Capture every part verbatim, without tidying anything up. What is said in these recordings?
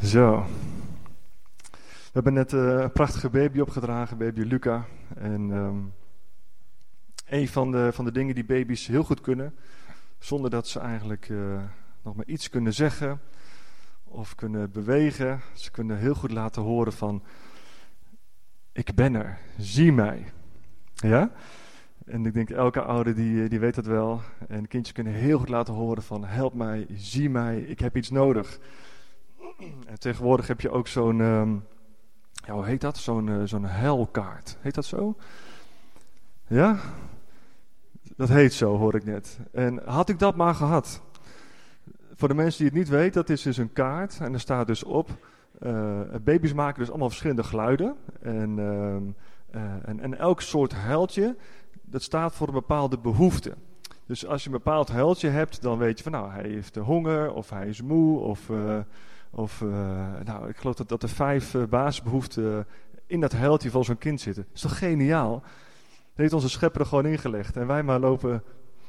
Zo. We hebben net uh, een prachtige baby opgedragen, baby Luca. En um, een van de, van de dingen die baby's heel goed kunnen, zonder dat ze eigenlijk uh, nog maar iets kunnen zeggen of kunnen bewegen. Ze kunnen heel goed laten horen van, ik ben er, zie mij. Ja? En ik denk elke ouder die, die weet dat wel. En kindjes kunnen heel goed laten horen van, help mij, zie mij, ik heb iets nodig. En tegenwoordig heb je ook zo'n, um, ja, hoe heet dat? Zo'n, uh, zo'n huilkaart. Heet dat zo? Ja? Dat heet zo, hoor ik net. En had ik dat maar gehad. Voor de mensen die het niet weten, dat is dus een kaart. En er staat dus op, uh, baby's maken dus allemaal verschillende geluiden. En, uh, uh, en, en elk soort huiltje, dat staat voor een bepaalde behoefte. Dus als je een bepaald huiltje hebt, dan weet je van, nou, hij heeft honger, of hij is moe, of... Uh, Of, uh, nou, ik geloof dat, dat er vijf uh, basisbehoeften in dat huiltje van zo'n kind zitten. Dat is toch geniaal? Dat heeft onze schepper er gewoon ingelegd. En wij maar lopen,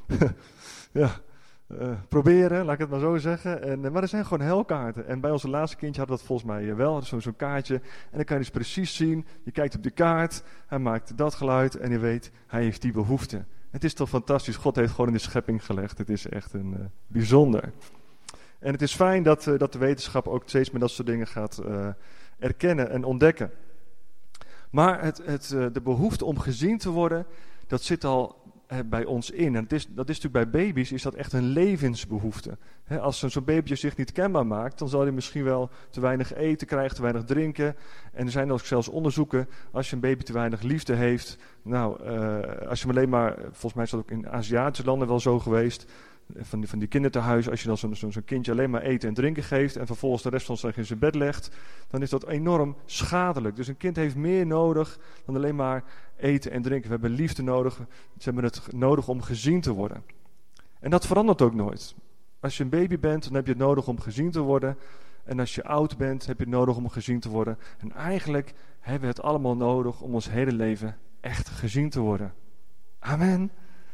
ja, uh, proberen, laat ik het maar zo zeggen. En, uh, maar er zijn gewoon huilkaarten. En bij onze laatste kindje hadden we dat volgens mij uh, wel, zo, zo'n kaartje. En dan kan je dus precies zien, je kijkt op de kaart, hij maakt dat geluid en je weet, hij heeft die behoefte. Het is toch fantastisch, God heeft gewoon in de schepping gelegd. Het is echt een uh, bijzonder. En het is fijn dat, uh, dat de wetenschap ook steeds meer dat soort dingen gaat uh, erkennen en ontdekken. Maar het, het, uh, de behoefte om gezien te worden, dat zit al uh, bij ons in. En het is, dat is natuurlijk bij baby's is dat echt een levensbehoefte. He, als zo'n babytje zich niet kenbaar maakt, dan zal hij misschien wel te weinig eten krijgen, te weinig drinken. En er zijn ook zelfs onderzoeken, als je een baby te weinig liefde heeft. Nou, uh, als je hem alleen maar, volgens mij is dat ook in Aziatische landen wel zo geweest... Van die, van die kindertehuizen, als je dan zo'n, zo'n, zo'n kindje alleen maar eten en drinken geeft en vervolgens de rest van de dag in zijn bed legt, dan is dat enorm schadelijk. Dus een kind heeft meer nodig dan alleen maar eten en drinken. We hebben liefde nodig, ze hebben het nodig om gezien te worden. En dat verandert ook nooit. Als je een baby bent, dan heb je het nodig om gezien te worden. En als je oud bent, heb je het nodig om gezien te worden. En eigenlijk hebben we het allemaal nodig om ons hele leven echt gezien te worden. Amen.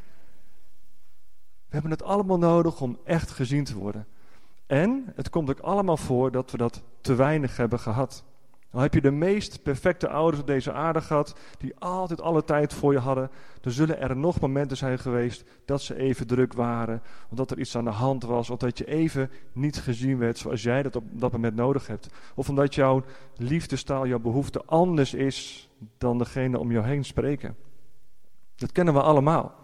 We hebben het allemaal nodig om echt gezien te worden. En het komt ook allemaal voor dat we dat te weinig hebben gehad. Al heb je de meest perfecte ouders op deze aarde gehad, die altijd alle tijd voor je hadden, dan zullen er nog momenten zijn geweest dat ze even druk waren, of dat er iets aan de hand was, of dat je even niet gezien werd zoals jij dat op dat moment nodig hebt. Of omdat jouw liefdestaal, jouw behoefte anders is dan degene om jou heen spreken. Dat kennen we allemaal.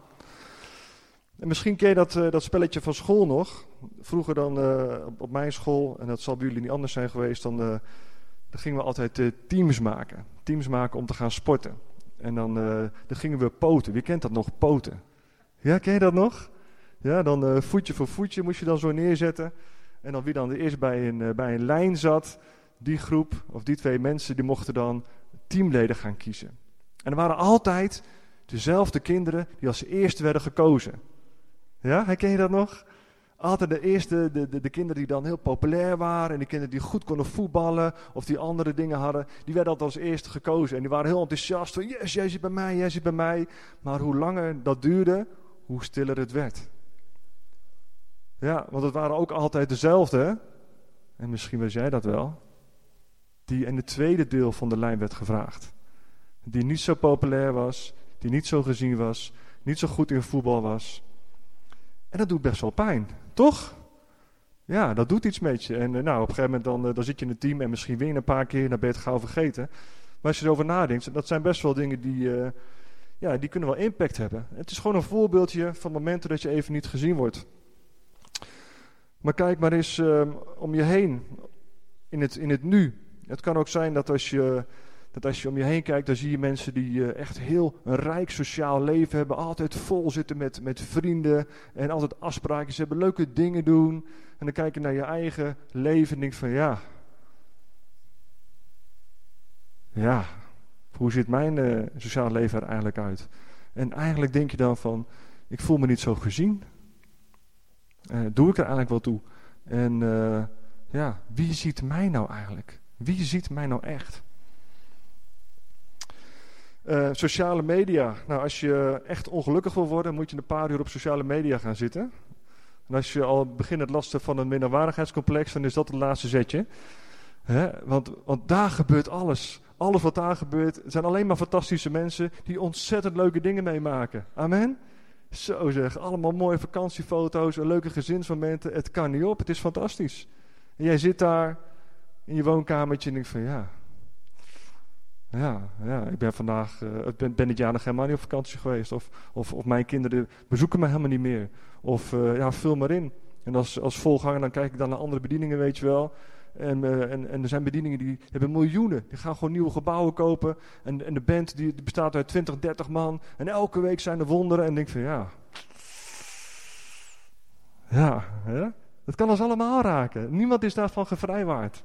En misschien ken je dat, uh, dat spelletje van school nog. Vroeger dan uh, op, op mijn school, en dat zal bij jullie niet anders zijn geweest, dan, uh, dan gingen we altijd uh, teams maken. Teams maken om te gaan sporten. En dan, uh, dan gingen we poten. Wie kent dat nog, poten? Ja, ken je dat nog? Ja, dan uh, voetje voor voetje moest je dan zo neerzetten. En dan wie dan eerst bij een, uh, bij een lijn zat, die groep, of die twee mensen, die mochten dan teamleden gaan kiezen. En er waren altijd dezelfde kinderen die als eerste werden gekozen. Ja, herken je dat nog? Altijd de eerste, de, de, de kinderen die dan heel populair waren en de kinderen die goed konden voetballen of die andere dingen hadden, die werden altijd als eerste gekozen. En die waren heel enthousiast van, yes, jij zit bij mij, jij zit bij mij. Maar hoe langer dat duurde, hoe stiller het werd. Ja, want het waren ook altijd dezelfde, hè? En misschien weet jij dat wel, die in het tweede deel van de lijn werd gevraagd. Die niet zo populair was, die niet zo gezien was, niet zo goed in voetbal was. En dat doet best wel pijn, toch? Ja, dat doet iets met je. En uh, nou, op een gegeven moment dan, uh, dan zit je in een team en misschien win je een paar keer, dan ben je het gauw vergeten. Maar als je erover nadenkt, dat zijn best wel dingen die, uh, ja, die kunnen wel impact hebben. Het is gewoon een voorbeeldje van momenten dat je even niet gezien wordt. Maar kijk maar eens uh, om je heen, in het, in het nu. Het kan ook zijn dat als je... Dat als je om je heen kijkt, dan zie je mensen die uh, echt heel een rijk sociaal leven hebben. Altijd vol zitten met, met vrienden en altijd afspraken hebben, leuke dingen doen. En dan kijk je naar je eigen leven en denk van ja, ja, hoe ziet mijn uh, sociaal leven er eigenlijk uit? En eigenlijk denk je dan van, ik voel me niet zo gezien. Uh, doe ik er eigenlijk wel toe? En uh, ja, wie ziet mij nou eigenlijk? Wie ziet mij nou echt? Uh, sociale media. Nou, als je echt ongelukkig wil worden, moet je een paar uur op sociale media gaan zitten. En als je al begint het lasten van een minderwaardigheidscomplex, dan is dat het laatste zetje. He? Want, want daar gebeurt alles. Alles wat daar gebeurt, het zijn alleen maar fantastische mensen die ontzettend leuke dingen meemaken. Amen? Zo zeg, allemaal mooie vakantiefoto's en leuke gezinsmomenten. Het kan niet op, het is fantastisch. En jij zit daar in je woonkamertje en denkt van ja... Ja, ja, ik ben vandaag, uh, ben, ben dit jaar nog helemaal niet op vakantie geweest. Of, of, of mijn kinderen bezoeken me helemaal niet meer. Of uh, ja, vul maar in. En als, als volganger dan kijk ik dan naar andere bedieningen, weet je wel. En, uh, en, en er zijn bedieningen die hebben miljoenen. Die gaan gewoon nieuwe gebouwen kopen. En, en de band die, die bestaat uit twintig, dertig man. En elke week zijn er wonderen. En ik denk van ja... Ja, hè? Dat kan ons allemaal raken. Niemand is daarvan gevrijwaard.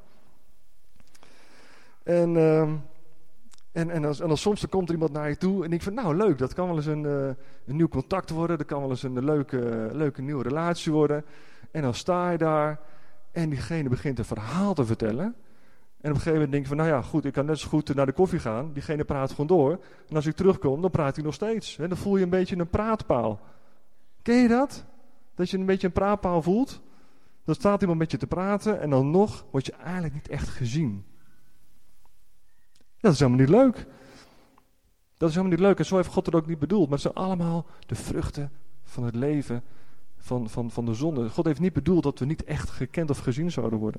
En... Uh, En, en, als, en als soms dan komt er iemand naar je toe en denk van nou leuk, dat kan wel eens een, uh, een nieuw contact worden. Dat kan wel eens een leuke, leuke nieuwe relatie worden. En dan sta je daar en diegene begint een verhaal te vertellen. En op een gegeven moment denk je van nou ja goed, ik kan net zo goed naar de koffie gaan. Diegene praat gewoon door. En als ik terugkom, dan praat hij nog steeds. En dan voel je een beetje een praatpaal. Ken je dat? Dat je een beetje een praatpaal voelt? Dan staat iemand met je te praten en dan nog word je eigenlijk niet echt gezien. Dat is helemaal niet leuk. Dat is helemaal niet leuk. En zo heeft God het ook niet bedoeld. Maar het zijn allemaal de vruchten van het leven van, van, van de zonde. God heeft niet bedoeld dat we niet echt gekend of gezien zouden worden.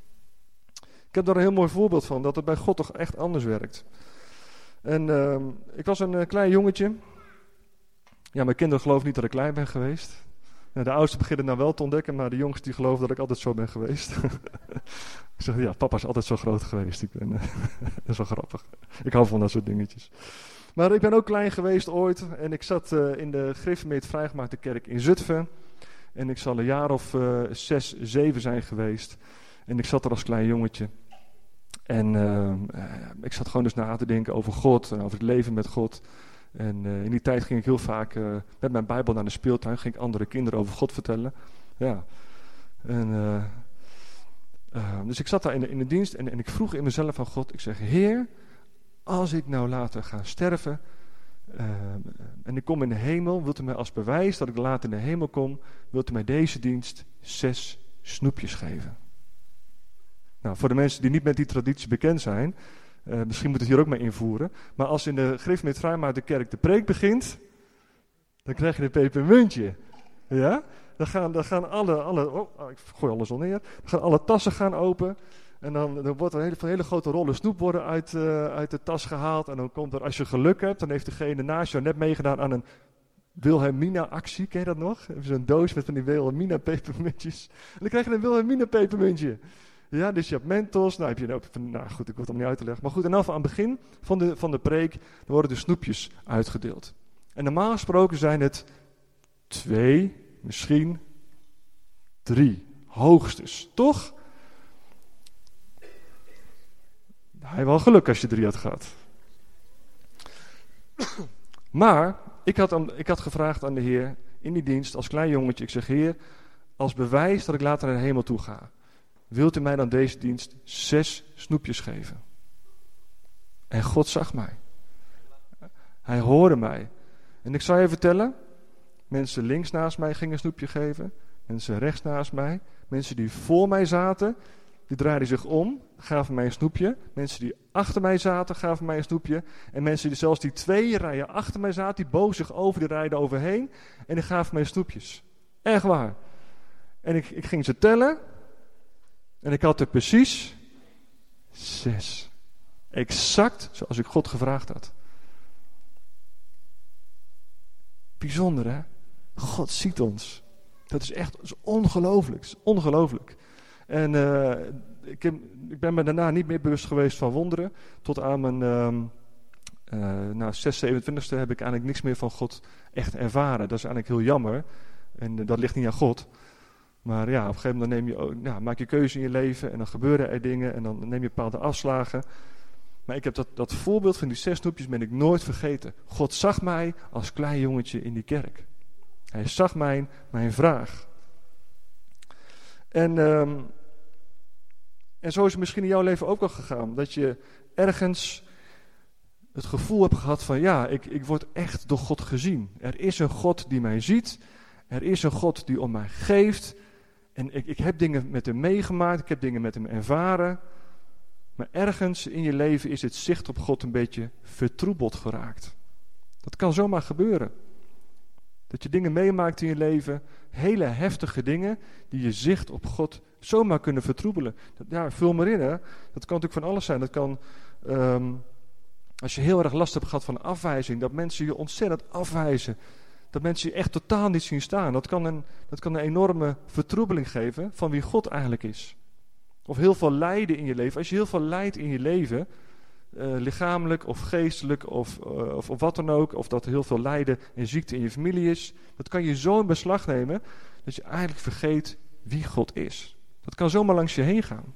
Ik heb daar een heel mooi voorbeeld van. Dat het bij God toch echt anders werkt. En uh, ik was een uh, klein jongetje. Ja, mijn kinderen geloven niet dat ik klein ben geweest. Nou, de oudste beginnen nou wel te ontdekken. Maar de jongste die geloven dat ik altijd zo ben geweest. Ik zeg, ja, papa is altijd zo groot geweest. Ik ben, uh, dat is wel grappig. Ik hou van dat soort dingetjes. Maar ik ben ook klein geweest ooit. En ik zat uh, in de Gereformeerd Vrijgemaakte Kerk in Zutphen. En ik zal een jaar of uh, zes, zeven zijn geweest. En ik zat er als klein jongetje. En uh, uh, ik zat gewoon dus na te denken over God en over het leven met God. En uh, in die tijd ging ik heel vaak uh, met mijn Bijbel naar de speeltuin. Ging ik andere kinderen over God vertellen. Ja. En... Uh, Uh, dus ik zat daar in de, in de dienst en, en ik vroeg in mezelf aan God, ik zeg, Heer, als ik nou later ga sterven uh, en ik kom in de hemel, wilt u mij als bewijs dat ik later in de hemel kom, wilt u mij deze dienst zes snoepjes geven? Nou, voor de mensen die niet met die traditie bekend zijn, uh, misschien moet het hier ook mee invoeren, maar als in de Gereformeerd Vrijgemaakte Kerk de preek begint, dan krijg je een pepermuntje. Ja? Dan gaan, dan gaan alle, alle oh, ik gooi alles al neer. Dan gaan alle tassen gaan open. En dan, dan wordt er een hele, hele grote rollen snoep worden uit, uh, uit de tas gehaald. En dan komt er, als je geluk hebt, dan heeft degene naast jou net meegedaan aan een Wilhelmina-actie. Ken je dat nog? Hebben ze een doos met van die Wilhelmina-pepermuntjes. En dan krijg je een Wilhelmina-pepermuntje. Ja, dus je hebt Mentos. Nou, heb je, nou goed, ik wil het allemaal niet uit te leggen. Maar goed, en dan aan het begin van de, van de preek, dan worden de snoepjes uitgedeeld. En normaal gesproken zijn het twee... Misschien drie, hoogstens, toch? Hij heeft wel geluk als je drie had gehad. Maar ik had, ik had gevraagd aan de Heer in die dienst als klein jongetje. Ik zeg, Heer, als bewijs dat ik later naar de hemel toe ga, wilt u mij dan deze dienst zes snoepjes geven? En God zag mij. Hij hoorde mij. En ik zal je vertellen... Mensen links naast mij gingen een snoepje geven. Mensen rechts naast mij. Mensen die voor mij zaten, die draaiden zich om, gaven mij een snoepje. Mensen die achter mij zaten, gaven mij een snoepje. En mensen die zelfs die twee rijen achter mij zaten, die bogen zich over, die rijden overheen. En die gaven mij snoepjes. Echt waar. En ik, ik ging ze tellen. En ik had er precies zes. Exact zoals ik God gevraagd had. Bijzonder, hè? God ziet ons. Dat is echt dat is ongelooflijk. Dat is ongelooflijk. En uh, ik, heb, ik ben me daarna niet meer bewust geweest van wonderen. Tot aan mijn uh, uh, nou, zes, zevenentwintigste heb ik eigenlijk niks meer van God echt ervaren. Dat is eigenlijk heel jammer. En uh, dat ligt niet aan God. Maar ja, op een gegeven moment dan neem je, nou, maak je keuze in je leven. En dan gebeuren er dingen. En dan neem je bepaalde afslagen. Maar ik heb dat, dat voorbeeld van die zes snoepjes ben ik nooit vergeten. God zag mij als klein jongetje in die kerk. Hij zag mijn, mijn vraag. En, um, en zo is het misschien in jouw leven ook al gegaan. Dat je ergens het gevoel hebt gehad van ja, ik, ik word echt door God gezien. Er is een God die mij ziet. Er is een God die om mij geeft. En ik, ik heb dingen met hem meegemaakt. Ik heb dingen met hem ervaren. Maar ergens in je leven is het zicht op God een beetje vertroebeld geraakt. Dat kan zomaar gebeuren. Dat je dingen meemaakt in je leven, hele heftige dingen, die je zicht op God zomaar kunnen vertroebelen. Ja, vul maar in, hè. Dat kan natuurlijk van alles zijn. Dat kan, um, als je heel erg last hebt gehad van afwijzing, dat mensen je ontzettend afwijzen. Dat mensen je echt totaal niet zien staan. Dat kan een, dat kan een enorme vertroebeling geven van wie God eigenlijk is. Of heel veel lijden in je leven. Als je heel veel lijdt in je leven, uh, lichamelijk of geestelijk of, uh, of, of wat dan ook, of dat er heel veel lijden en ziekte in je familie is, dat kan je zo in beslag nemen dat je eigenlijk vergeet wie God is. Dat kan zomaar langs je heen gaan.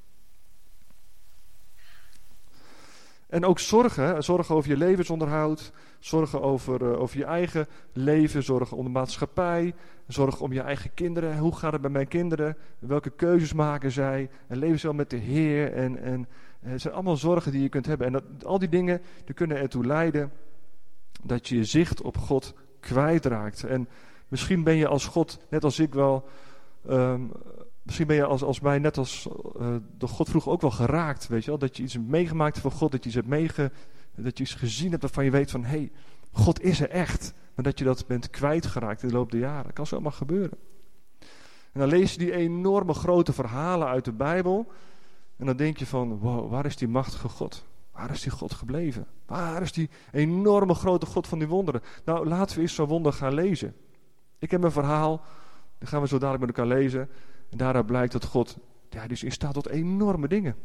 En ook zorgen, zorgen over je levensonderhoud, zorgen over, uh, over je eigen leven, zorgen om de maatschappij, zorgen om je eigen kinderen. Hoe gaat het bij mijn kinderen? Welke keuzes maken zij? En leven ze wel met de Heer? En, en uh, het zijn allemaal zorgen die je kunt hebben. En dat, al die dingen die kunnen ertoe leiden dat je je zicht op God kwijtraakt. En misschien ben je als God, net als ik wel, um, misschien ben je als, als mij, net als uh, door God vroeg ook wel geraakt, weet je wel. Dat je iets hebt meegemaakt van God, dat je iets hebt meege, dat je iets gezien hebt waarvan je weet van, hé, hey, God is er echt. Maar dat je dat bent kwijtgeraakt in de loop der jaren. Dat kan zomaar gebeuren. En dan lees je die enorme grote verhalen uit de Bijbel. En dan denk je van, wow, waar is die machtige God? Waar is die God gebleven? Waar is die enorme grote God van die wonderen? Nou, laten we eens zo'n wonder gaan lezen. Ik heb een verhaal, dat gaan we zo dadelijk met elkaar lezen. En daaruit blijkt dat God, ja, die is in staat tot enorme dingen.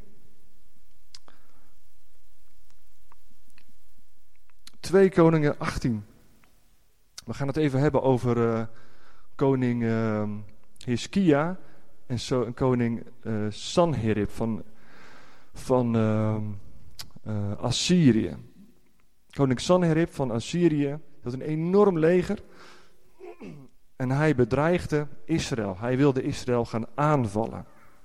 twee Koningen achttien. We gaan het even hebben over uh, koning uh, Hiskia en, zo, en koning uh, Sanherib van, van uh, uh, Assyrië. Koning Sanherib van Assyrië had een enorm leger en hij bedreigde Israël. Hij wilde Israël gaan aanvallen.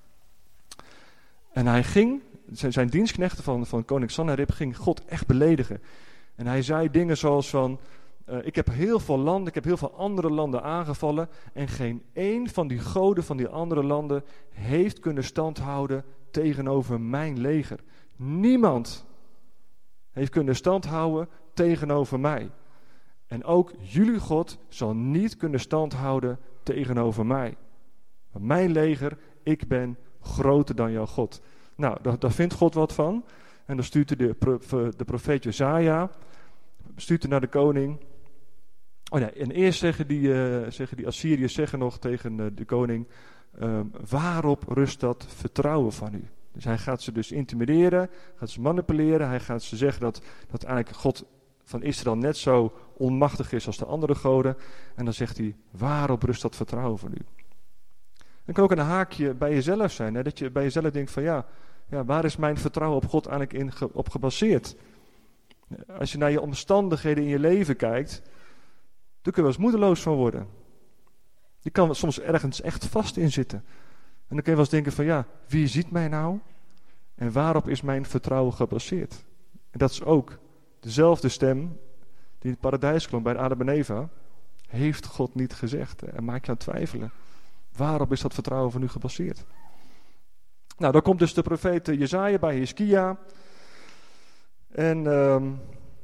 En hij ging, zijn, zijn dienstknechten van, van koning Sanherib ging God echt beledigen. En hij zei dingen zoals van, uh, ik heb heel veel landen, ik heb heel veel andere landen aangevallen en geen één van die goden van die andere landen heeft kunnen standhouden tegenover mijn leger. Niemand heeft kunnen standhouden tegenover mij. En ook jullie God zal niet kunnen standhouden tegenover mij. Maar mijn leger, ik ben groter dan jouw God. Nou, daar, daar vindt God wat van. En dan stuurt hij de, de profeet Jesaja, stuurt hij naar de koning. Oh nee, en eerst zeggen die, uh, zeggen die Assyriërs zeggen nog tegen uh, de koning, uh, waarop rust dat vertrouwen van u? Dus hij gaat ze dus intimideren, gaat ze manipuleren, hij gaat ze zeggen dat, dat eigenlijk God van Israël net zo onmachtig is als de andere goden. En dan zegt hij, waarop rust dat vertrouwen van u? Dan kan ook een haakje bij jezelf zijn, hè, dat je bij jezelf denkt van ja, ja, waar is mijn vertrouwen op God eigenlijk in ge, op gebaseerd? Als je naar je omstandigheden in je leven kijkt, dan kun je wel eens moedeloos van worden. Je kan soms ergens echt vast in zitten. En dan kun je wel eens denken van ja, wie ziet mij nou? En waarop is mijn vertrouwen gebaseerd? En dat is ook dezelfde stem die in het paradijs klonk bij Adam en Eva. Heeft God niet gezegd? En maak je aan het twijfelen. Waarop is dat vertrouwen van u gebaseerd? Nou, dan komt dus de profeet Jesaja bij Hiskia. En, um,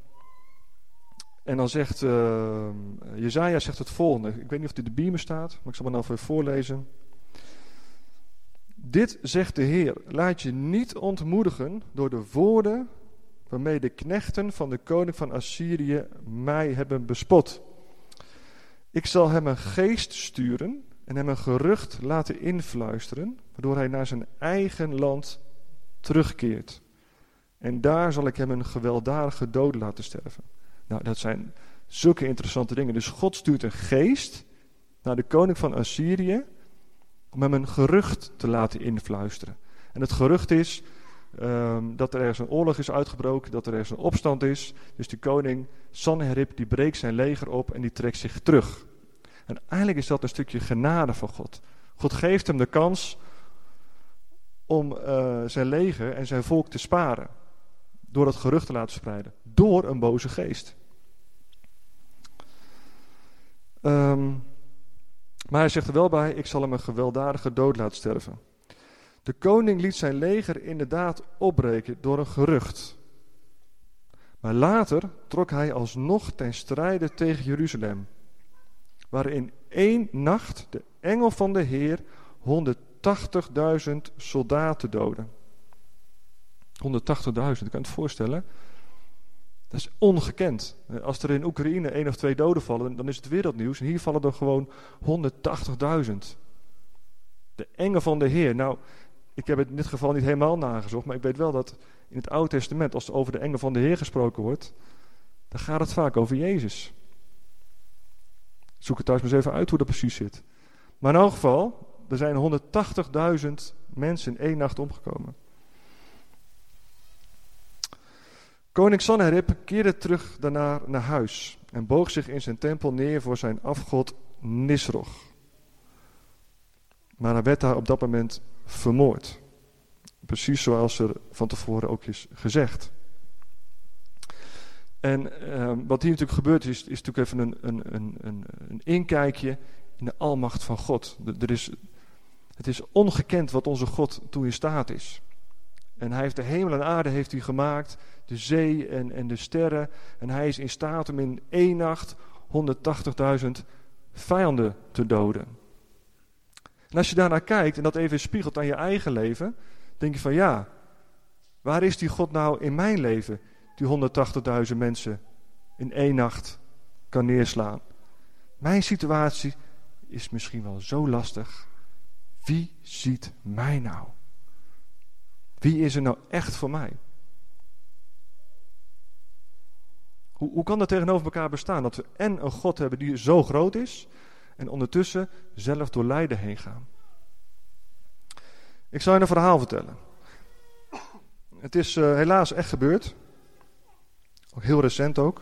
en dan zegt uh, Jesaja zegt het volgende. Ik weet niet of dit de beamer staat, maar ik zal het nou even voorlezen. Dit zegt de Heer, laat je niet ontmoedigen door de woorden waarmee de knechten van de koning van Assyrië mij hebben bespot. Ik zal hem een geest sturen en hem een gerucht laten influisteren, waardoor hij naar zijn eigen land terugkeert. En daar zal ik hem een gewelddadige dood laten sterven. Nou, dat zijn zulke interessante dingen. Dus God stuurt een geest naar de koning van Assyrië om hem een gerucht te laten influisteren. En het gerucht is um, dat er ergens een oorlog is uitgebroken, dat er ergens een opstand is. Dus de koning Sanherib die breekt zijn leger op en die trekt zich terug. En eigenlijk is dat een stukje genade van God. God geeft hem de kans om uh, zijn leger en zijn volk te sparen. Door dat gerucht te laten spreiden. Door een boze geest. Um, maar hij zegt er wel bij, ik zal hem een gewelddadige dood laten sterven. De koning liet zijn leger inderdaad opbreken door een gerucht. Maar later trok hij alsnog ten strijde tegen Jeruzalem, waar in één nacht de engel van de Heer honderdtachtigduizend soldaten doodde. honderdtachtigduizend, kan je het voorstellen? Dat is ongekend. Als er in Oekraïne één of twee doden vallen, dan is het wereldnieuws. En hier vallen er gewoon honderdtachtigduizend. De engel van de Heer. Nou, ik heb het in dit geval niet helemaal nagezocht, maar ik weet wel dat in het Oude Testament, als er over de engel van de Heer gesproken wordt, dan gaat het vaak over Jezus. Zoek het thuis maar eens even uit hoe dat precies zit. Maar in elk geval, er zijn honderdtachtigduizend mensen in één nacht omgekomen. Koning Sanherib keerde terug daarna naar huis en boog zich in zijn tempel neer voor zijn afgod Nisroch. Maar hij werd daar op dat moment vermoord. Precies zoals er van tevoren ook is gezegd. En uh, wat hier natuurlijk gebeurt is, is natuurlijk even een, een, een, een, een inkijkje in de almacht van God. Er is, het is ongekend wat onze God toe in staat is. En hij heeft de hemel en aarde heeft hij gemaakt, de zee en, en de sterren. En hij is in staat om in één nacht honderdtachtigduizend vijanden te doden. En als je daarnaar kijkt en dat even spiegelt aan je eigen leven, denk je van ja, waar is die God nou in mijn leven, die honderdtachtigduizend mensen in één nacht kan neerslaan? Mijn situatie is misschien wel zo lastig. Wie ziet mij nou? Wie is er nou echt voor mij? Hoe, hoe kan dat tegenover elkaar bestaan? Dat we en een God hebben die zo groot is en ondertussen zelf door lijden heen gaan. Ik zal je een verhaal vertellen. Het is uh, helaas echt gebeurd. Ook heel recent ook.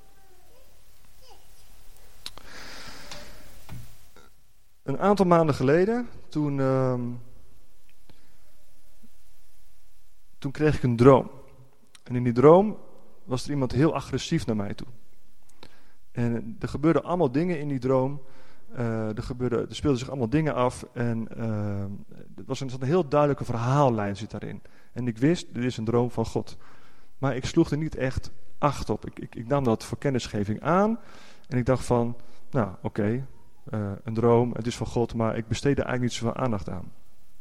Een aantal maanden geleden, toen, uh, toen kreeg ik een droom. En in die droom was er iemand heel agressief naar mij toe. En er gebeurden allemaal dingen in die droom. Uh, er, gebeurde, er speelden zich allemaal dingen af. En uh, het was een, een heel duidelijke verhaallijn zit daarin. En ik wist, dit is een droom van God. Maar ik sloeg er niet echt acht op. Ik, ik, ik nam dat voor kennisgeving aan. En ik dacht van, nou oké, okay, uh, een droom, het is van God. Maar ik besteedde eigenlijk niet zoveel aandacht aan.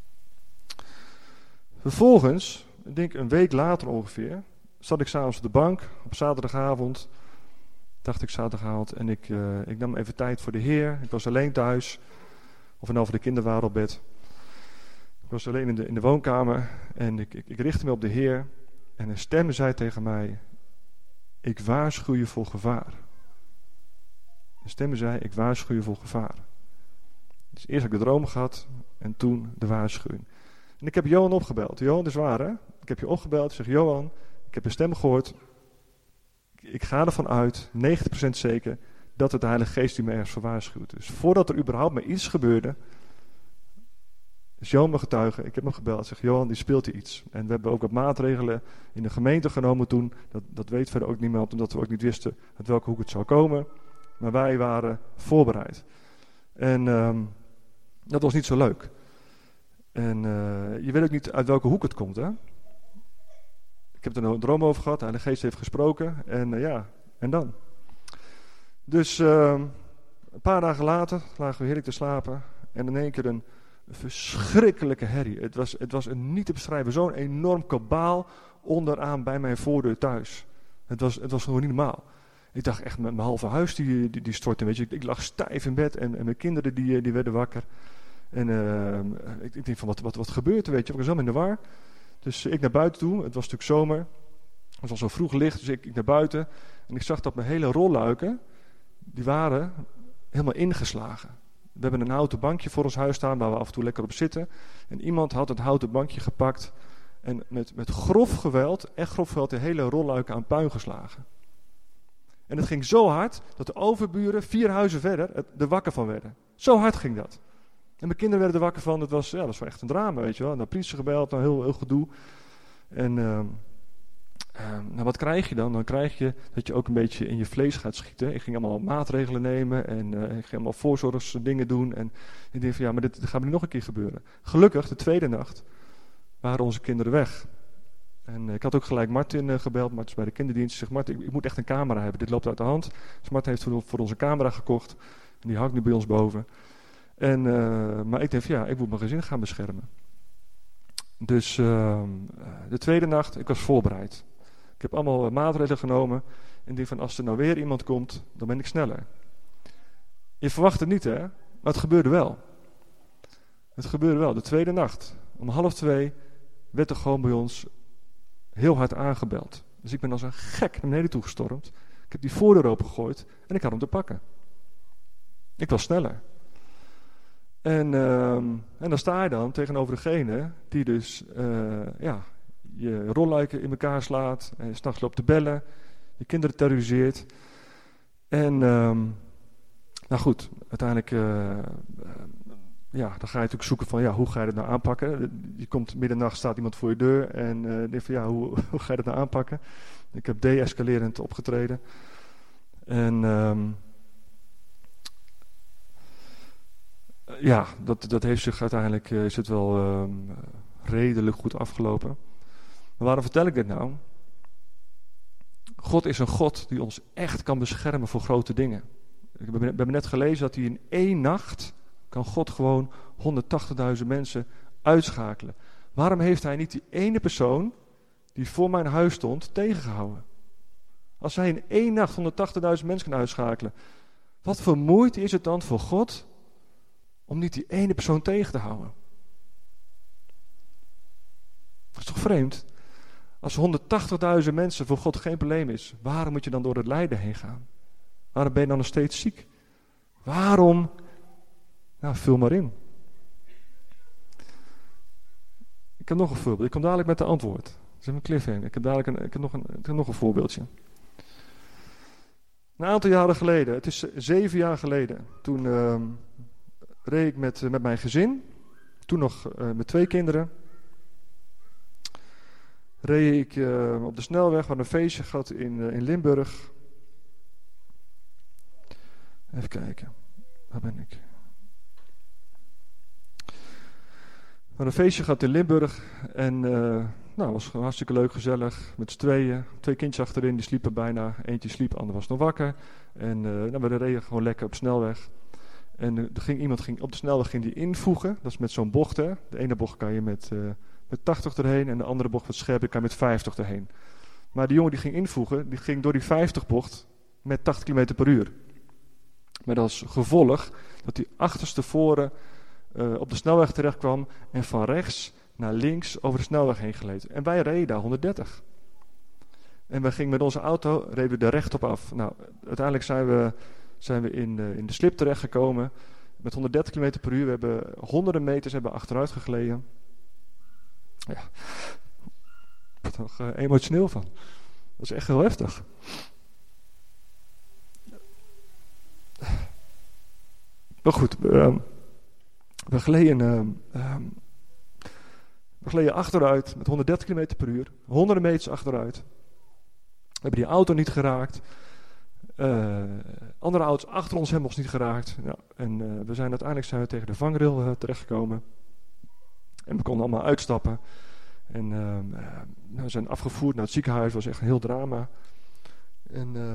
Vervolgens, ik denk een week later ongeveer, zat ik s'avonds op de bank, op zaterdagavond. Dacht ik zaterdagavond en ik, uh, ik nam even tijd voor de Heer. Ik was alleen thuis. Of en over de kinderen waren op bed. Ik was alleen in de, in de woonkamer. En ik, ik, ik richtte me op de Heer. En een stem zei tegen mij: ik waarschuw je voor gevaar. Een stem zei: ik waarschuw je voor gevaar. Dus eerst heb ik de droom gehad. En toen de waarschuwing. En ik heb Johan opgebeld. Johan, dat is waar hè. Ik heb je opgebeld. Ik zeg: Johan, ik heb een stem gehoord. Ik ga ervan uit, negentig procent zeker, dat het de Heilige Geest die me ergens voor waarschuwt. Dus voordat er überhaupt maar iets gebeurde, is Johan mijn getuige. Ik heb hem gebeld. Ik zeg: Johan, die speelt hier iets. En we hebben ook wat maatregelen in de gemeente genomen toen. Dat, dat weet verder ook niemand, omdat we ook niet wisten uit welke hoek het zou komen. Maar wij waren voorbereid. En um, dat was niet zo leuk. En uh, je weet ook niet uit welke hoek het komt, hè? Ik heb er een droom over gehad, de Heilige Geest heeft gesproken en uh, ja, en dan? Dus uh, een paar dagen later lagen we heerlijk te slapen en in één keer een verschrikkelijke herrie. Het was, het was een niet te beschrijven, zo'n enorm kabaal onderaan bij mijn voordeur thuis. Het was, het was gewoon niet normaal. Ik dacht echt, mijn halve huis die, die, die stortte, weet je. Ik, ik lag stijf in bed en, en mijn kinderen die, die werden wakker. En uh, ik, ik denk van, wat, wat, wat gebeurt er, weet je. Ik was helemaal in de war. Dus ik naar buiten toe, het was natuurlijk zomer. Het was al zo vroeg licht, dus ik, ik naar buiten. En ik zag dat mijn hele rolluiken, die waren helemaal ingeslagen. We hebben een houten bankje voor ons huis staan, waar we af en toe lekker op zitten. En iemand had het houten bankje gepakt en met, met grof geweld, echt grof geweld, de hele rolluiken aan puin geslagen. En het ging zo hard, dat de overburen, vier huizen verder, er wakker van werden. Zo hard ging dat. En mijn kinderen werden er wakker van. Het was, ja, dat was wel echt een drama, weet je wel. Nou, politie gebeld, nou, heel, heel gedoe. En uh, uh, nou, wat krijg je dan? Dan krijg je dat je ook een beetje in je vlees gaat schieten. Ik ging allemaal maatregelen nemen en uh, ik ging allemaal voorzorgsdingen doen. En ik dacht van, ja, maar dit, dit gaat me nu nog een keer gebeuren. Gelukkig, de tweede nacht, waren onze kinderen weg. En uh, ik had ook gelijk Martin uh, gebeld. Martin is bij de kinderdienst. Ik zeg, Martin, ik, ik moet echt een camera hebben. Dit loopt uit de hand. Dus Martin heeft voor, voor onze camera gekocht. En die hangt nu bij ons boven. En, uh, maar ik denk van ja, ik moet mijn gezin gaan beschermen. Dus uh, de tweede nacht, ik was voorbereid. Ik heb allemaal uh, maatregelen genomen. En denk van als er nou weer iemand komt, dan ben ik sneller. Je verwacht het niet, hè? Maar het gebeurde wel. Het gebeurde wel. De tweede nacht, om half twee, werd er gewoon bij ons heel hard aangebeld. Dus ik ben als een gek naar beneden toegestormd. Ik heb die voordeur opengegooid en ik had hem te pakken. Ik was sneller. En, uh, en dan sta je dan tegenover degene die dus uh, ja, je rolluiken in elkaar slaat, en 's nachts loopt te bellen, je kinderen terroriseert. En uh, nou goed, uiteindelijk uh, uh, ja, dan ga je natuurlijk zoeken van ja, hoe ga je dat nou aanpakken? Je komt middernacht, staat iemand voor je deur en uh, denk van ja, hoe, hoe ga je dat nou aanpakken? Ik heb de-escalerend opgetreden. En um, ja, dat, dat heeft zich uiteindelijk, uh, is het wel um, redelijk goed afgelopen. Maar waarom vertel ik dit nou? God is een God die ons echt kan beschermen voor grote dingen. We hebben net gelezen dat hij in één nacht kan God gewoon honderdtachtigduizend mensen uitschakelen. Waarom heeft hij niet die ene persoon die voor mijn huis stond tegengehouden? Als hij in één nacht honderdtachtigduizend mensen kan uitschakelen, wat voor moeite is het dan voor God om niet die ene persoon tegen te houden? Dat is toch vreemd? Als honderdtachtigduizend mensen voor God geen probleem is, waarom moet je dan door het lijden heen gaan? Waarom ben je dan nog steeds ziek? Waarom? Nou, vul maar in. Ik heb nog een voorbeeld. Ik kom dadelijk met de antwoord. Dat is een cliffhanger. Ik heb dadelijk een, ik heb nog, een, ik heb nog een voorbeeldje. Een aantal jaren geleden, het is zeven jaar geleden, toen uh, reed ik met, uh, met mijn gezin, toen nog uh, met twee kinderen, reed ik uh, op de snelweg, we hadden een feestje gehad in, uh, in Limburg. Even kijken, waar ben ik? We hadden een feestje gehad in Limburg en uh, nou, het was hartstikke leuk, gezellig, met z'n tweeën. Twee kindjes achterin, die sliepen bijna. Eentje sliep, ander was nog wakker. En uh, nou, we reden gewoon lekker op snelweg. En uh, er ging, iemand ging, op de snelweg ging die invoegen, dat is met zo'n bocht, hè. De ene bocht kan je met, uh, met tachtig erheen en de andere bocht wat scherper kan je met vijftig erheen. Maar die jongen die ging invoegen, die ging door die vijftig bocht met tachtig kilometer per uur. Met als gevolg dat die achterstevoren uh, op de snelweg terecht kwam en van rechts naar links over de snelweg heen gleed. En wij reden daar honderddertig. En we gingen met onze auto, reden we er rechtop af. Nou, uiteindelijk zijn we, zijn we in, uh, in de slip terechtgekomen met honderddertig kilometer per uur. We hebben honderden meters hebben achteruit gegleden. Ja, ik word er nog uh, emotioneel van. Dat is echt heel heftig. Maar goed, uh, we gleden, uh, uh, we gleden achteruit met honderddertig kilometer per uur, honderden meters achteruit. We hebben die auto niet geraakt. Uh, andere auto's achter ons hebben ons niet geraakt. Ja, en uh, we zijn uiteindelijk zijn we tegen de vangrail uh, terechtgekomen. En we konden allemaal uitstappen. En uh, uh, we zijn afgevoerd naar het ziekenhuis. Dat was echt een heel drama. En, uh,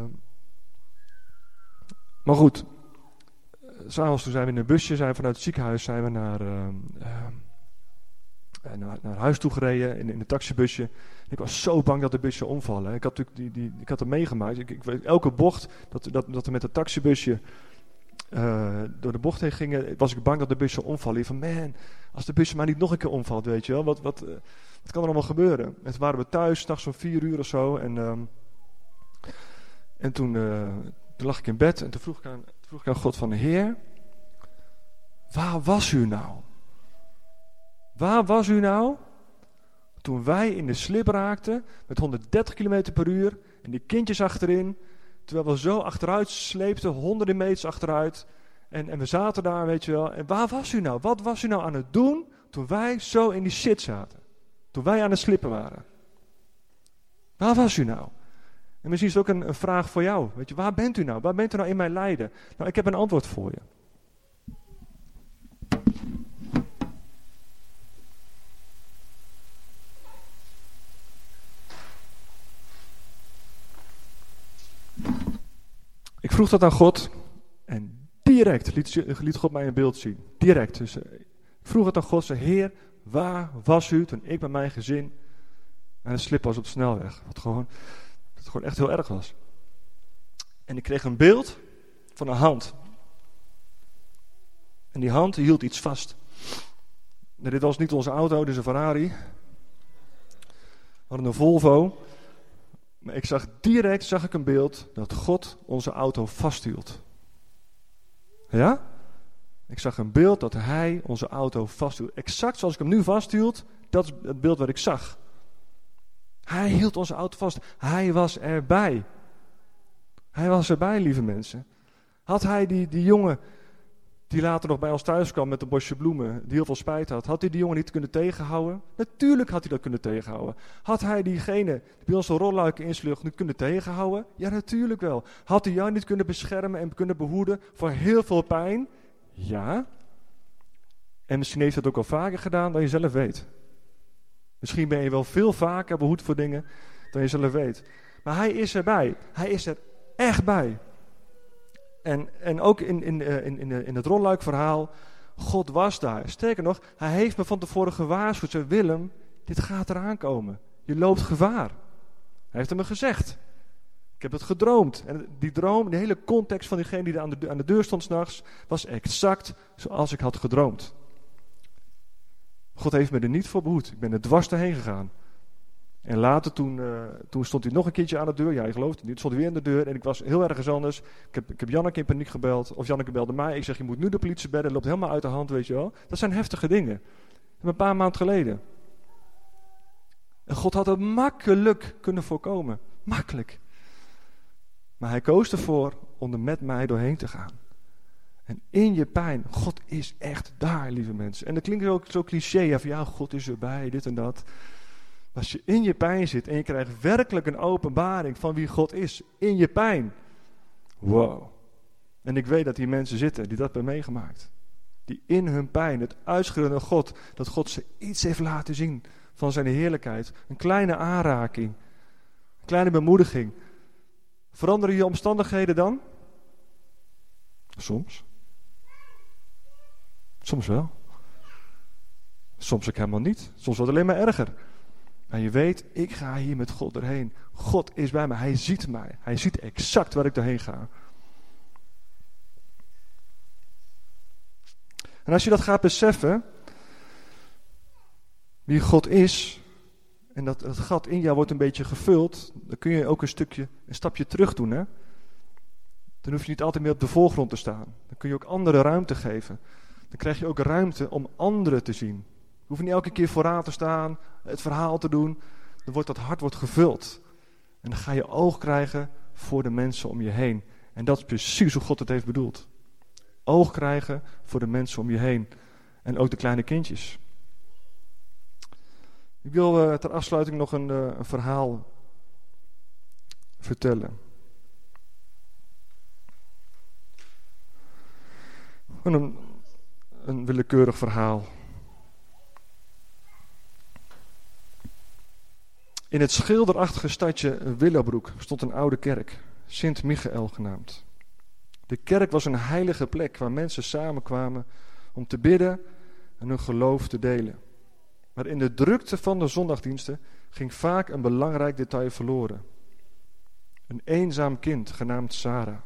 maar goed. S'avonds toen zijn we in een busje, zijn we vanuit het ziekenhuis zijn we naar, uh, uh, naar, naar huis toe gereden in, in een taxibusje. En ik was zo bang dat de bus zou omvallen. Ik had natuurlijk die, die, ik had het meegemaakt. Ik, ik, elke bocht dat, dat, dat we met het taxibusje uh, door de bocht heen gingen, was ik bang dat de bus zou omvallen. Ik van man, als de bus maar niet nog een keer omvalt, weet je wel, wat, wat, uh, wat kan er allemaal gebeuren? En toen waren we thuis, 's nachts om vier uur of zo. En, uh, en toen, uh, toen lag ik in bed en toen vroeg ik aan. Toen vroeg ik aan God van, Heer, waar was u nou? Waar was u nou toen wij in de slip raakten met honderddertig kilometer per uur en die kindjes achterin, terwijl we zo achteruit sleepten, honderden meters achteruit en, en we zaten daar, weet je wel. En waar was u nou? Wat was u nou aan het doen toen wij zo in die shit zaten? Toen wij aan het slippen waren? Waar was u nou? En misschien is het ook een, een vraag voor jou. Weet je, waar bent u nou? Waar bent u nou in mijn lijden? Nou, ik heb een antwoord voor je. vroeg dat aan God en direct liet, liet God mij een beeld zien. Direct. Dus uh, ik vroeg het aan God, zei, Heer, waar was u toen ik met mijn gezin aan het slip was op de snelweg? Wat gewoon, dat het gewoon echt heel erg was. En ik kreeg een beeld van een hand. En die hand die hield iets vast. Nou, dit was niet onze auto, dit is een Ferrari. We hadden een Volvo. Maar ik zag direct zag ik een beeld dat God onze auto vasthield. Ja? Ik zag een beeld dat hij onze auto vasthield. Exact zoals ik hem nu vasthield, dat is het beeld wat ik zag. Hij hield onze auto vast. Hij was erbij. Hij was erbij, lieve mensen. Had hij die, die jongen die later nog bij ons thuis kwam met een bosje bloemen, die heel veel spijt had, had hij die jongen niet kunnen tegenhouden? Natuurlijk had hij dat kunnen tegenhouden. Had hij diegene die bij ons de rolluiken insloeg niet kunnen tegenhouden? Ja, natuurlijk wel. Had hij jou niet kunnen beschermen en kunnen behoeden voor heel veel pijn? Ja. En misschien heeft hij dat ook al vaker gedaan dan je zelf weet. Misschien ben je wel veel vaker behoed voor dingen dan je zelf weet. Maar hij is erbij. Hij is er echt bij. En, en ook in, in, in, in, in het rolluikverhaal, God was daar. Sterker nog, hij heeft me van tevoren gewaarschuwd. Zei, Willem, dit gaat eraan komen. Je loopt gevaar. Hij heeft het me gezegd. Ik heb het gedroomd. En die droom, de hele context van diegene die aan de, aan de deur stond 's nachts, was exact zoals ik had gedroomd. God heeft me er niet voor behoed. Ik ben er dwars doorheen gegaan. En later, toen, uh, toen stond hij nog een keertje aan de deur. Ja, je gelooft het niet. Stond hij weer aan de deur en ik was heel ergens anders. Ik heb, ik heb Janneke in paniek gebeld. Of Janneke belde mij. Ik zeg, je moet nu de politie bellen. Het loopt helemaal uit de hand, weet je wel. Dat zijn heftige dingen. Dat een paar maanden geleden. En God had het makkelijk kunnen voorkomen. Makkelijk. Maar hij koos ervoor om er met mij doorheen te gaan. En in je pijn, God is echt daar, lieve mensen. En dat klinkt ook zo cliché. Ja, van ja, God is erbij, dit en dat. Als je in je pijn zit en je krijgt werkelijk een openbaring van wie God is, in je pijn. Wow. En ik weet dat hier mensen zitten die dat hebben meegemaakt. Die in hun pijn, het uitschreeuwen naar God, dat God ze iets heeft laten zien van zijn heerlijkheid. Een kleine aanraking. Een kleine bemoediging. Veranderen je omstandigheden dan? Soms. Soms wel. Soms ook helemaal niet. Soms wordt het alleen maar erger. Maar je weet, ik ga hier met God doorheen. God is bij mij. Hij ziet mij. Hij ziet exact waar ik doorheen ga. En als je dat gaat beseffen, wie God is, en dat het gat in jou wordt een beetje gevuld, dan kun je ook een stukje, een stapje terug doen, hè? Dan hoef je niet altijd meer op de voorgrond te staan. Dan kun je ook anderen ruimte geven. Dan krijg je ook ruimte om anderen te zien. Je hoeft niet elke keer vooraan te staan, het verhaal te doen. Dan wordt dat hart wordt gevuld. En dan ga je oog krijgen voor de mensen om je heen. En dat is precies hoe God het heeft bedoeld. Oog krijgen voor de mensen om je heen. En ook de kleine kindjes. Ik wil uh, ter afsluiting nog een, uh, een verhaal vertellen. Een, een willekeurig verhaal. In het schilderachtige stadje Willebroek stond een oude kerk, Sint Michael genaamd. De kerk was een heilige plek waar mensen samenkwamen om te bidden en hun geloof te delen. Maar in de drukte van de zondagdiensten ging vaak een belangrijk detail verloren. Een eenzaam kind genaamd Sarah.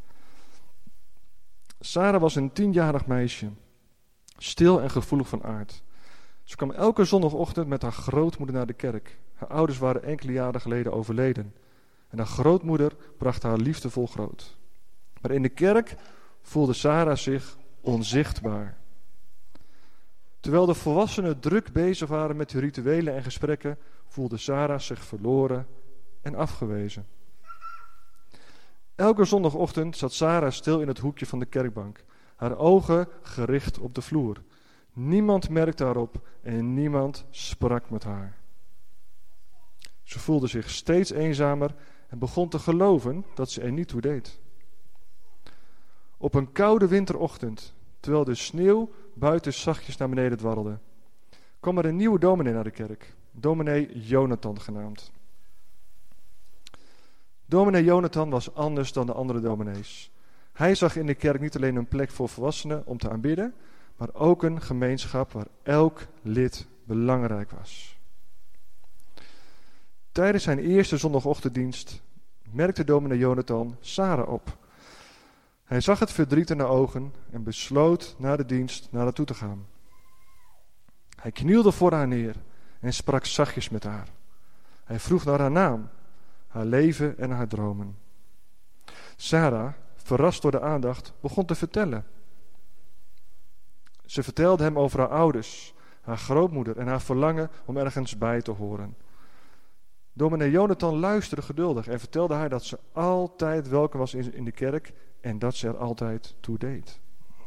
Sarah was een tienjarig meisje, stil en gevoelig van aard. Ze kwam elke zondagochtend met haar grootmoeder naar de kerk. Haar ouders waren enkele jaren geleden overleden. En haar grootmoeder bracht haar liefdevol groot. Maar in de kerk voelde Sarah zich onzichtbaar. Terwijl de volwassenen druk bezig waren met hun rituelen en gesprekken, voelde Sarah zich verloren en afgewezen. Elke zondagochtend zat Sarah stil in het hoekje van de kerkbank, haar ogen gericht op de vloer. Niemand merkte haar op en niemand sprak met haar. Ze voelde zich steeds eenzamer en begon te geloven dat ze er niet toe deed. Op een koude winterochtend, terwijl de sneeuw buiten zachtjes naar beneden dwarrelde, kwam er een nieuwe dominee naar de kerk, dominee Jonathan genaamd. Dominee Jonathan was anders dan de andere dominees. Hij zag in de kerk niet alleen een plek voor volwassenen om te aanbidden, maar ook een gemeenschap waar elk lid belangrijk was. Tijdens zijn eerste zondagochtenddienst merkte dominee Jonathan Sarah op. Hij zag het verdriet in haar ogen en besloot na de dienst naar haar toe te gaan. Hij knielde voor haar neer en sprak zachtjes met haar. Hij vroeg naar haar naam, haar leven en haar dromen. Sarah, verrast door de aandacht, begon te vertellen. Ze vertelde hem over haar ouders, haar grootmoeder en haar verlangen om ergens bij te horen. Dominee Jonathan luisterde geduldig en vertelde haar dat ze altijd welkom was in de kerk en dat ze er altijd toe deed.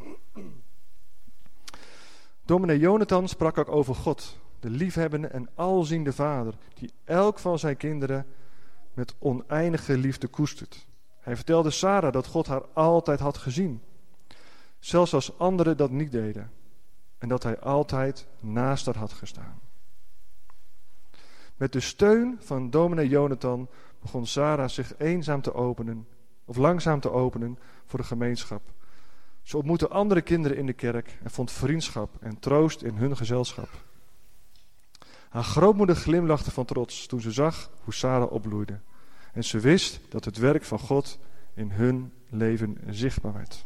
Dominee Jonathan sprak ook over God, de liefhebbende en alziende Vader, die elk van zijn kinderen met oneindige liefde koestert. Hij vertelde Sarah dat God haar altijd had gezien, zelfs als anderen dat niet deden, en dat hij altijd naast haar had gestaan. Met de steun van dominee Jonathan begon Sarah zich eenzaam te openen, of langzaam te openen voor de gemeenschap. Ze ontmoette andere kinderen in de kerk en vond vriendschap en troost in hun gezelschap. Haar grootmoeder glimlachte van trots toen ze zag hoe Sarah opbloeide. En ze wist dat het werk van God in hun leven zichtbaar werd.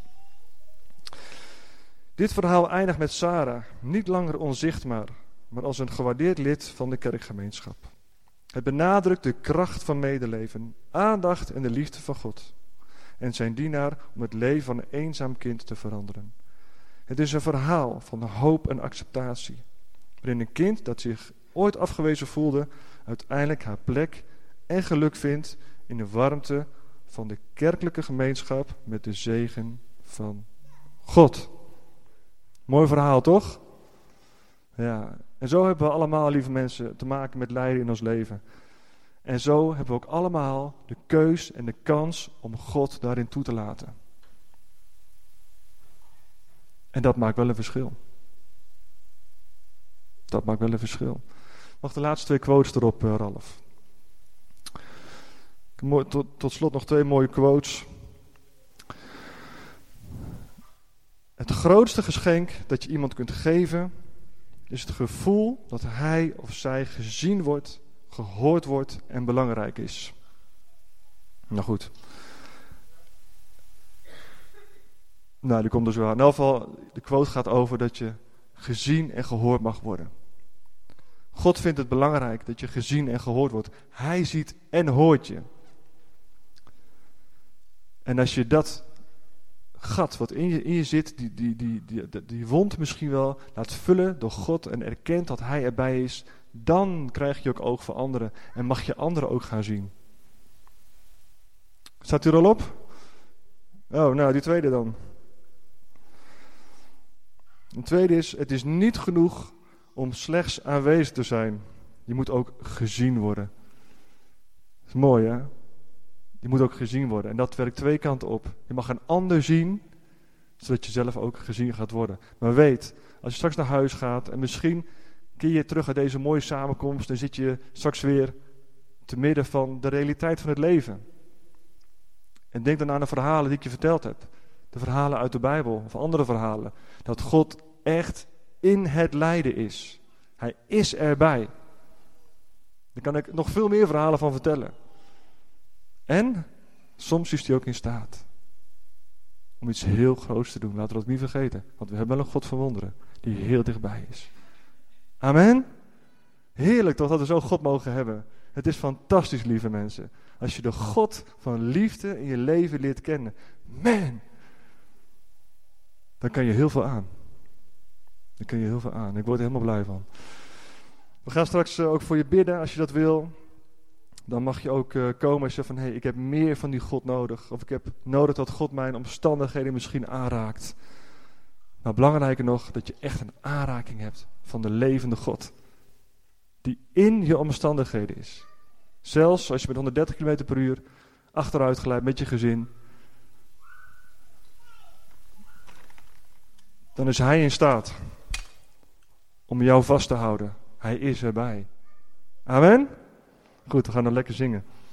Dit verhaal eindigt met Sarah, niet langer onzichtbaar, maar als een gewaardeerd lid van de kerkgemeenschap. Het benadrukt de kracht van medeleven, aandacht en de liefde van God. En zijn dienaar om het leven van een eenzaam kind te veranderen. Het is een verhaal van hoop en acceptatie, waarin een kind dat zich ooit afgewezen voelde, uiteindelijk haar plek en geluk vindt in de warmte van de kerkelijke gemeenschap met de zegen van God. Mooi verhaal, toch? Ja, en zo hebben we allemaal, lieve mensen, te maken met lijden in ons leven. En zo hebben we ook allemaal de keus en de kans om God daarin toe te laten. En dat maakt wel een verschil. Dat maakt wel een verschil. Mag de laatste twee quotes erop, uh, Ralf? Tot, tot slot nog twee mooie quotes. Het grootste geschenk dat je iemand kunt geven is het gevoel dat hij of zij gezien wordt, gehoord wordt en belangrijk is. Nou goed. Nou, die komt dus wel. In elk geval, de quote gaat over dat je gezien en gehoord mag worden. God vindt het belangrijk dat je gezien en gehoord wordt. Hij ziet en hoort je. En als je dat gat wat in je, in je zit, die, die, die, die, die, die wond misschien wel, laat vullen door God en erkent dat hij erbij is, dan krijg je ook oog voor anderen en mag je anderen ook gaan zien. Staat u er al op? Oh, nou, die tweede dan. Een tweede is, het is niet genoeg om slechts aanwezig te zijn. Je moet ook gezien worden. Dat is mooi, hè? Je moet ook gezien worden. En dat werkt twee kanten op. Je mag een ander zien, zodat je zelf ook gezien gaat worden. Maar weet, als je straks naar huis gaat en misschien keer je terug uit deze mooie samenkomst, dan zit je straks weer te midden van de realiteit van het leven. En denk dan aan de verhalen die ik je verteld heb. De verhalen uit de Bijbel of andere verhalen. Dat God echt in het lijden is. Hij is erbij. Daar kan ik nog veel meer verhalen van vertellen. En soms is hij ook in staat om iets heel groots te doen. Laten we dat niet vergeten. Want we hebben wel een God van wonderen die heel dichtbij is. Amen. Heerlijk toch dat we zo'n God mogen hebben. Het is fantastisch, lieve mensen. Als je de God van liefde in je leven leert kennen. Man. Dan kan je heel veel aan. Dan kun je heel veel aan. Ik word er helemaal blij van. We gaan straks ook voor je bidden als je dat wil. Dan mag je ook uh, komen en zeggen van, hé, hey, ik heb meer van die God nodig. Of ik heb nodig dat God mijn omstandigheden misschien aanraakt. Maar belangrijker nog, dat je echt een aanraking hebt van de levende God. Die in je omstandigheden is. Zelfs als je met honderddertig kilometer per uur achteruit glijdt met je gezin. Dan is hij in staat om jou vast te houden. Hij is erbij. Amen? Goed, we gaan dan lekker zingen.